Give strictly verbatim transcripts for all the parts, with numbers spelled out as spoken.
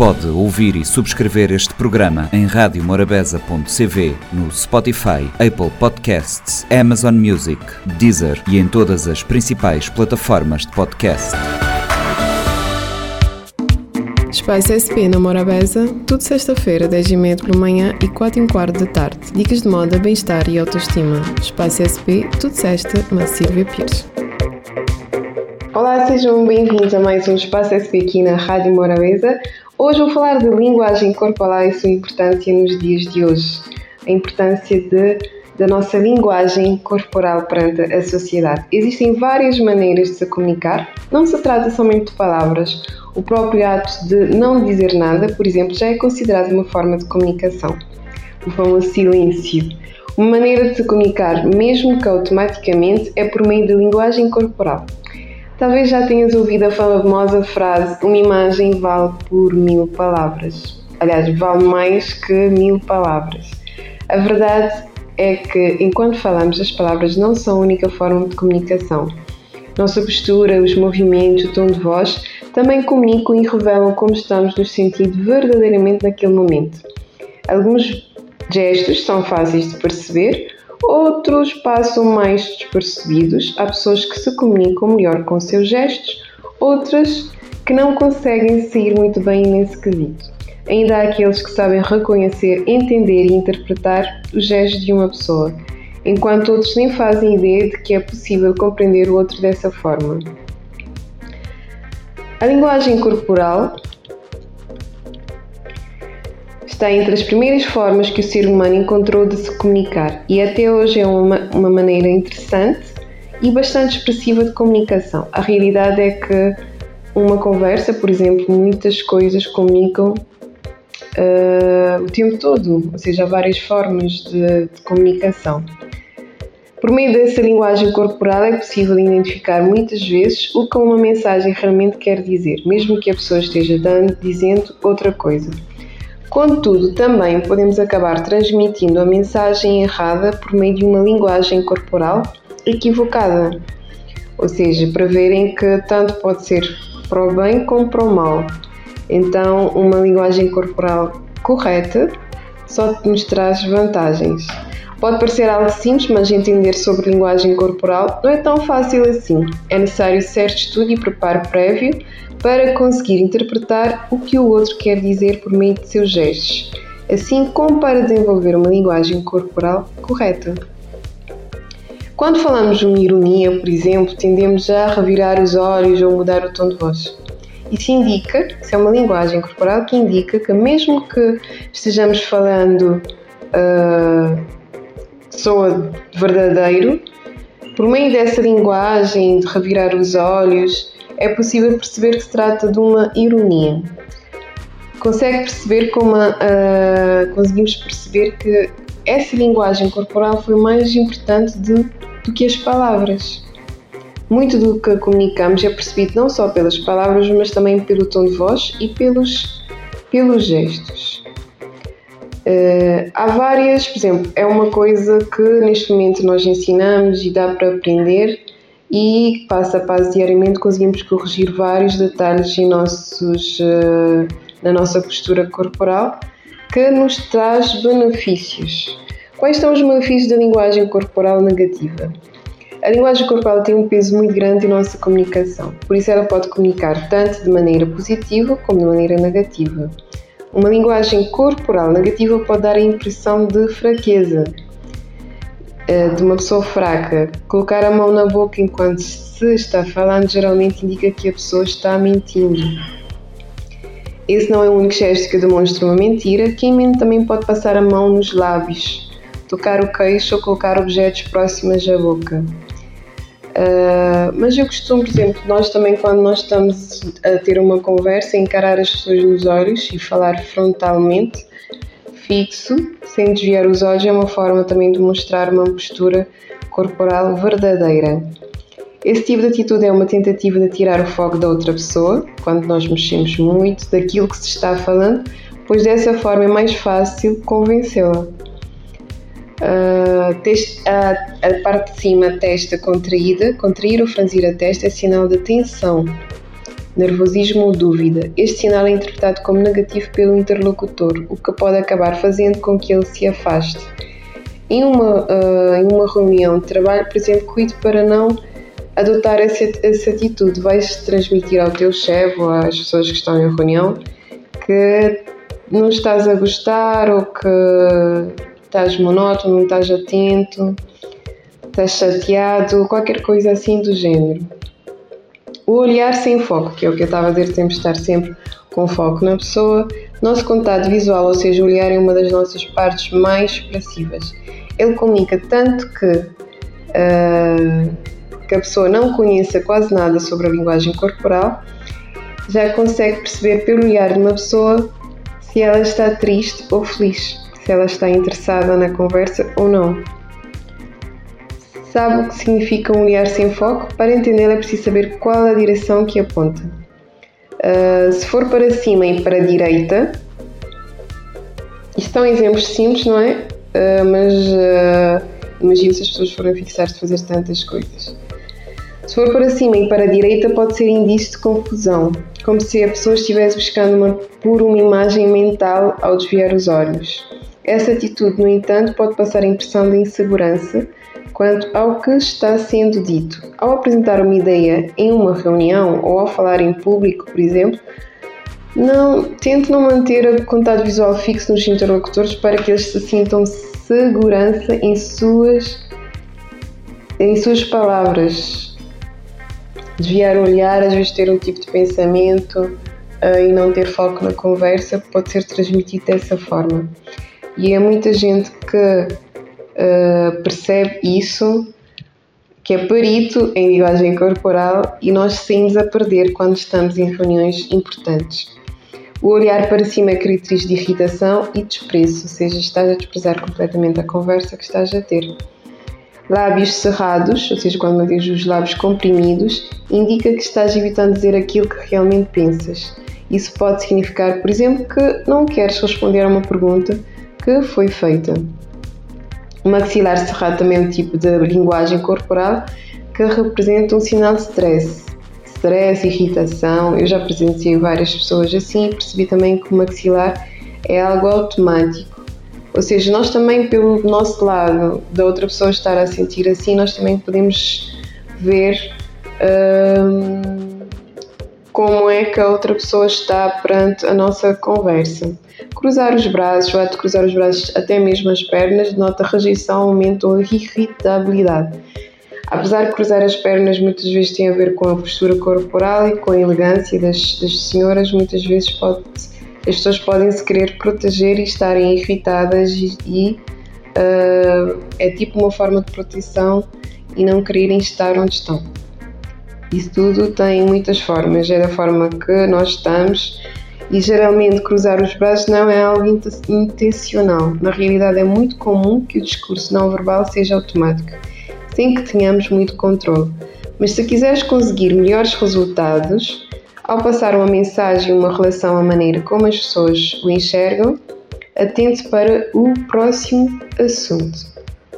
Pode ouvir e subscrever este programa em rádio morabeza ponto c v, no Spotify, Apple Podcasts, Amazon Music, Deezer e em todas as principais plataformas de podcast. Espaço S P na Morabeza, tudo sexta-feira, dez e meia pela manhã e quatro e um quarto da tarde. Dicas de moda, bem-estar e autoestima. Espaço S P, tudo sexta, na Silvia Pires. Olá, sejam bem-vindos a mais um Espaço S P aqui na Rádio Morabeza. Hoje vou falar de linguagem corporal e sua importância nos dias de hoje. A importância de, da nossa linguagem corporal perante a sociedade. Existem várias maneiras de se comunicar, não se trata somente de palavras. O próprio ato de não dizer nada, por exemplo, já é considerado uma forma de comunicação. O famoso silêncio. Uma maneira de se comunicar, mesmo que automaticamente, é por meio da linguagem corporal. Talvez já tenhas ouvido a famosa frase: uma imagem vale por mil palavras. Aliás, vale mais que mil palavras. A verdade é que, enquanto falamos, as palavras não são a única forma de comunicação. Nossa postura, os movimentos, o tom de voz também comunicam e revelam como estamos nos sentindo verdadeiramente naquele momento. Alguns gestos são fáceis de perceber, outros passam mais despercebidos. Há pessoas que se comunicam melhor com seus gestos, outras que não conseguem sair muito bem nesse quesito. Ainda há aqueles que sabem reconhecer, entender e interpretar os gestos de uma pessoa, enquanto outros nem fazem ideia de que é possível compreender o outro dessa forma. A linguagem corporal está entre as primeiras formas que o ser humano encontrou de se comunicar e até hoje é uma, uma maneira interessante e bastante expressiva de comunicação. A realidade é que uma conversa, por exemplo, muitas coisas comunicam uh, o tempo todo, ou seja, há várias formas de, de comunicação. Por meio dessa linguagem corporal é possível identificar muitas vezes o que uma mensagem realmente quer dizer, mesmo que a pessoa esteja dando, dizendo outra coisa. Contudo, também podemos acabar transmitindo a mensagem errada por meio de uma linguagem corporal equivocada. Ou seja, para verem que tanto pode ser para o bem como para o mal. Então, uma linguagem corporal correta só nos traz vantagens. Pode parecer algo simples, mas entender sobre linguagem corporal não é tão fácil assim. É necessário certo estudo e preparo prévio para conseguir interpretar o que o outro quer dizer por meio de seus gestos, assim como para desenvolver uma linguagem corporal correta. Quando falamos de uma ironia, por exemplo, tendemos a revirar os olhos ou mudar o tom de voz. Isso indica, isso é uma linguagem corporal que indica que mesmo que estejamos falando uh, soa verdadeiro, por meio dessa linguagem de revirar os olhos, é possível perceber que se trata de uma ironia. Consegue perceber como a, uh, conseguimos perceber que essa linguagem corporal foi mais importante de, do que as palavras. Muito do que comunicamos é percebido não só pelas palavras, mas também pelo tom de voz e pelos, pelos gestos. Uh, há várias, por exemplo, é uma coisa que neste momento nós ensinamos e dá para aprender e passo a passo diariamente conseguimos corrigir vários detalhes em nossos, uh, na nossa postura corporal que nos traz benefícios. Quais são os benefícios da linguagem corporal negativa? A linguagem corporal tem um peso muito grande em nossa comunicação, por isso ela pode comunicar tanto de maneira positiva como de maneira negativa. Uma linguagem corporal negativa pode dar a impressão de fraqueza, de uma pessoa fraca. Colocar a mão na boca enquanto se está falando geralmente indica que a pessoa está mentindo. Esse não é o único gesto que demonstra uma mentira. Quem mente também pode passar a mão nos lábios, tocar o queixo ou colocar objetos próximos à boca. Uh, mas eu costumo, por exemplo, nós também quando nós estamos a ter uma conversa, encarar as pessoas nos olhos e falar frontalmente, fixo, sem desviar os olhos, é uma forma também de mostrar uma postura corporal verdadeira. Esse tipo de atitude é uma tentativa de tirar o foco da outra pessoa, quando nós mexemos muito daquilo que se está falando, pois dessa forma é mais fácil convencê-la. Uh, teste, a, a parte de cima, a testa contraída, contrair ou franzir a testa é sinal de tensão. nervosismo ou dúvida. Este sinal é interpretado como negativo pelo interlocutor, o que pode acabar fazendo com que ele se afaste. Em uma, uh, em uma reunião de trabalho, por exemplo, cuide para não adotar essa, essa atitude. Vais transmitir ao teu chefe ou às pessoas que estão em reunião que não estás a gostar ou que estás monótono, não estás atento, estás chateado, qualquer coisa assim do género. O olhar sem foco, que é o que eu estava a dizer, temos de estar sempre com foco na pessoa. Nosso contato visual, ou seja, o olhar é uma das nossas partes mais expressivas. Ele comunica tanto que, uh, que a pessoa não conheça quase nada sobre a linguagem corporal, já consegue perceber pelo olhar de uma pessoa se ela está triste ou feliz, se ela está interessada na conversa ou não. Sabe o que significa um olhar sem foco? Para entender é preciso saber qual a direção que aponta. Uh, se for para cima e para a direita, isto são exemplos simples, não é? Uh, mas uh, imagino se as pessoas forem fixar-se a fazer tantas coisas. Se for para cima e para a direita, pode ser indício de confusão, como se a pessoa estivesse buscando uma, por uma imagem mental ao desviar os olhos. Essa atitude, no entanto, pode passar a impressão de insegurança quanto ao que está sendo dito. Ao apresentar uma ideia em uma reunião ou ao falar em público, por exemplo, não, tente não manter o contato visual fixo nos interlocutores para que eles se sintam segurança em suas, em suas palavras. Desviar o olhar, às vezes ter um tipo de pensamento uh, e não ter foco na conversa, pode ser transmitido dessa forma. E há muita gente que uh, percebe isso, que é perito em linguagem corporal, e nós saímos a perder quando estamos em reuniões importantes. O olhar para cima é característico de irritação e desprezo, ou seja, estás a desprezar completamente a conversa que estás a ter. Lábios cerrados, ou seja, quando eu digo os lábios comprimidos, indica que estás evitando dizer aquilo que realmente pensas. Isso pode significar, por exemplo, que não queres responder a uma pergunta que foi feita. O maxilar cerrado também é um tipo de linguagem corporal que representa um sinal de stress. Stress, irritação. Eu já presenciei várias pessoas assim e percebi também que o maxilar é algo automático. Ou seja, nós também, pelo nosso lado, da outra pessoa estar a sentir assim, nós também podemos ver hum, como é que a outra pessoa está perante a nossa conversa. Cruzar os braços, o ato de cruzar os braços, até mesmo as pernas, denota rejeição, aumento ou irritabilidade. Apesar de cruzar as pernas muitas vezes tem a ver com a postura corporal e com a elegância das, das senhoras, muitas vezes pode, as pessoas podem se querer proteger e estarem irritadas e, e uh, é tipo uma forma de proteção e não quererem estar onde estão. Isso tudo tem muitas formas, é da forma que nós estamos e geralmente cruzar os braços não é algo intencional. Na realidade é muito comum que o discurso não verbal seja automático, sem que tenhamos muito controle. Mas se quiseres conseguir melhores resultados, ao passar uma mensagem, uma relação, a maneira como as pessoas o enxergam, atente para o próximo assunto.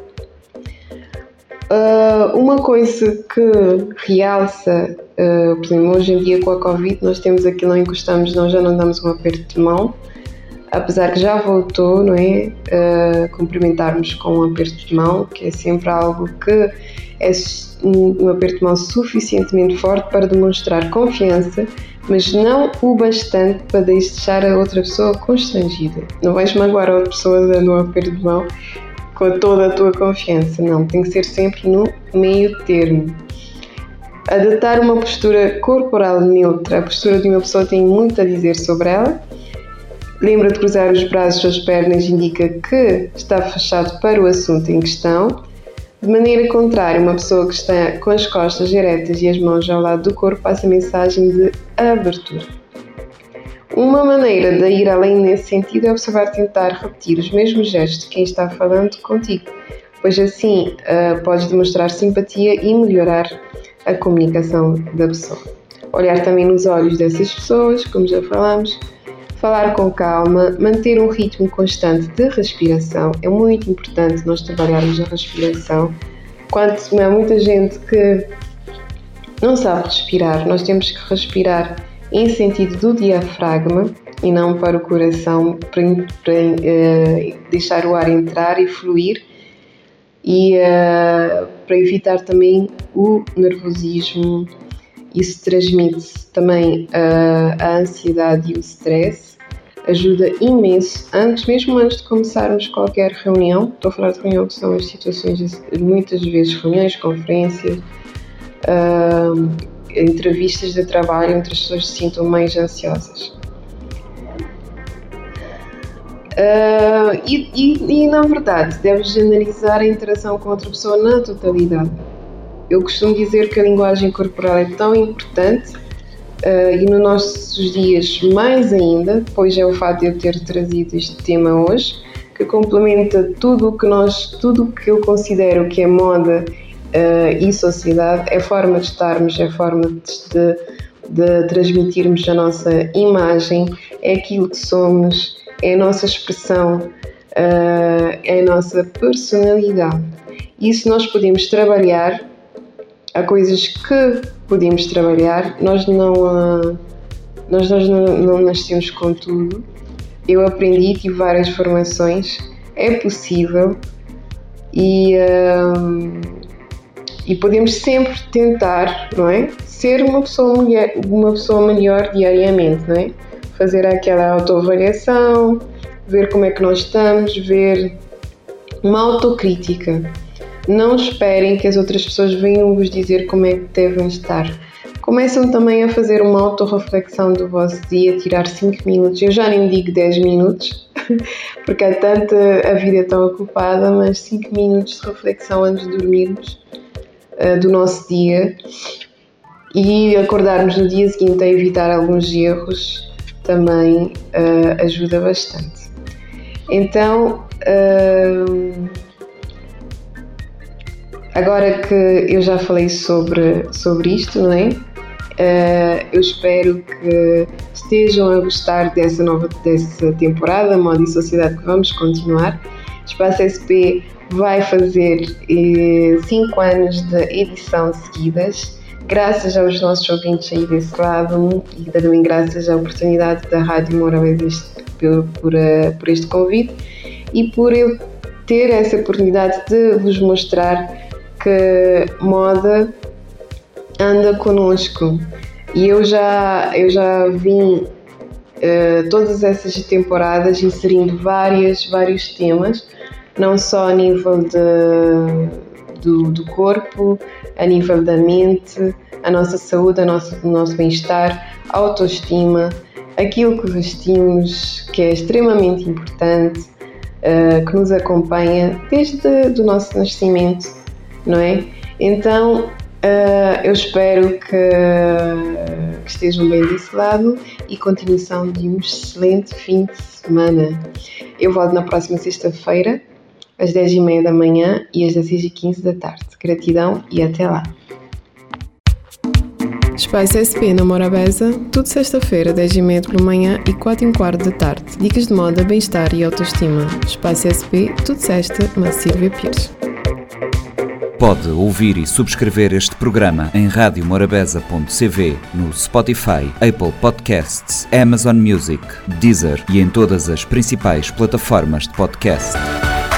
Uh, uma coisa que realça, uh, por exemplo, hoje em dia com a Covid, nós temos aqui, não encostamos, nós já não damos um aperto de mão, apesar que já voltou, não é? Uh, cumprimentarmos com um aperto de mão, que é sempre algo que é um, um aperto de mão suficientemente forte para demonstrar confiança, mas não o bastante para deixar a outra pessoa constrangida. Não vais magoar a outra pessoa dando um aperto de mão com toda a tua confiança, não, tem que ser sempre no meio termo. Adotar uma postura corporal neutra, a postura de uma pessoa tem muito a dizer sobre ela. Lembra de cruzar os braços ou as pernas, indica que está fechado para o assunto em questão. De maneira contrária, uma pessoa que está com as costas eretas e as mãos ao lado do corpo passa a mensagem de abertura. Uma maneira de ir além nesse sentido é observar tentar repetir os mesmos gestos de quem está falando contigo, pois assim uh, podes demonstrar simpatia e melhorar a comunicação da pessoa. Olhar também nos olhos dessas pessoas, como já falamos, falar com calma, manter um ritmo constante de respiração. É muito importante nós trabalharmos a respiração. Quanto há muita gente que não sabe respirar, nós temos que respirar em sentido do diafragma e não para o coração, para, para uh, deixar o ar entrar e fluir, e uh, para evitar também o nervosismo. Isso transmite também uh, a ansiedade e o stress, ajuda imenso, antes, mesmo antes de começarmos qualquer reunião. Estou a falar de reunião que são as situações, muitas vezes reuniões, conferências, uh, entrevistas de trabalho, onde as pessoas se sintam mais ansiosas. Uh, e, e, e, na verdade, deves analisar a interação com outra pessoa na totalidade. Eu costumo dizer que a linguagem corporal é tão importante, uh, e nos nossos dias mais ainda, pois é o fato de eu ter trazido este tema hoje, que complementa tudo o que nós, tudo o que eu considero que é moda uh, e sociedade, é forma de estarmos, é forma de, de transmitirmos a nossa imagem, é aquilo que somos, é a nossa expressão, uh, é a nossa personalidade. Isso nós podemos trabalhar, há coisas que podemos trabalhar, nós não, uh, nós, nós não, não nascemos com tudo. Eu aprendi, tive várias formações, é possível, e, uh, e podemos sempre tentar, não é? Ser uma pessoa, mulher, uma pessoa melhor diariamente, não é? Fazer aquela autoavaliação, ver como é que nós estamos, ver uma autocrítica. Não esperem que as outras pessoas venham vos dizer como é que devem estar. Começam também a fazer uma autorreflexão do vosso dia, tirar cinco minutos. Eu já nem digo dez minutos, porque há tanta a vida tão ocupada, mas cinco minutos de reflexão antes de dormirmos uh, do nosso dia, e acordarmos no dia seguinte a evitar alguns erros também uh, ajuda bastante. Então, uh, agora que eu já falei sobre, sobre isto, não é? Uh, eu espero que estejam a gostar dessa nova dessa temporada, Moda e Sociedade, que vamos continuar. Espaço S P vai fazer cinco eh, anos de edição seguidas, graças aos nossos ouvintes aí desse lado, e também graças à oportunidade da Rádio Morabeza por, por, por este convite, e por eu ter essa oportunidade de vos mostrar que moda anda connosco. E eu já, eu já vim uh, todas essas temporadas inserindo várias, vários temas, não só a nível de, do, do corpo, a nível da mente, a nossa saúde, a nossa, o nosso bem-estar, a autoestima, aquilo que vestimos, que é extremamente importante, uh, que nos acompanha desde o nosso nascimento, não é? Então, uh, eu espero que, que estejam bem desse lado, e continuação de um excelente fim de semana. Eu volto na próxima sexta-feira, às dez e meia da manhã e às dezesseis e quinze da tarde. Gratidão e até lá. Espaço S P na Morabeza, tudo sexta-feira, dez e meia da manhã e quatro e um quarto da tarde. Dicas de moda, bem-estar e autoestima. Espaço S P, tudo sexta, na Silvia Pires. Pode ouvir e subscrever este programa em rádio morabeza ponto c v, no Spotify, Apple Podcasts, Amazon Music, Deezer e em todas as principais plataformas de podcast.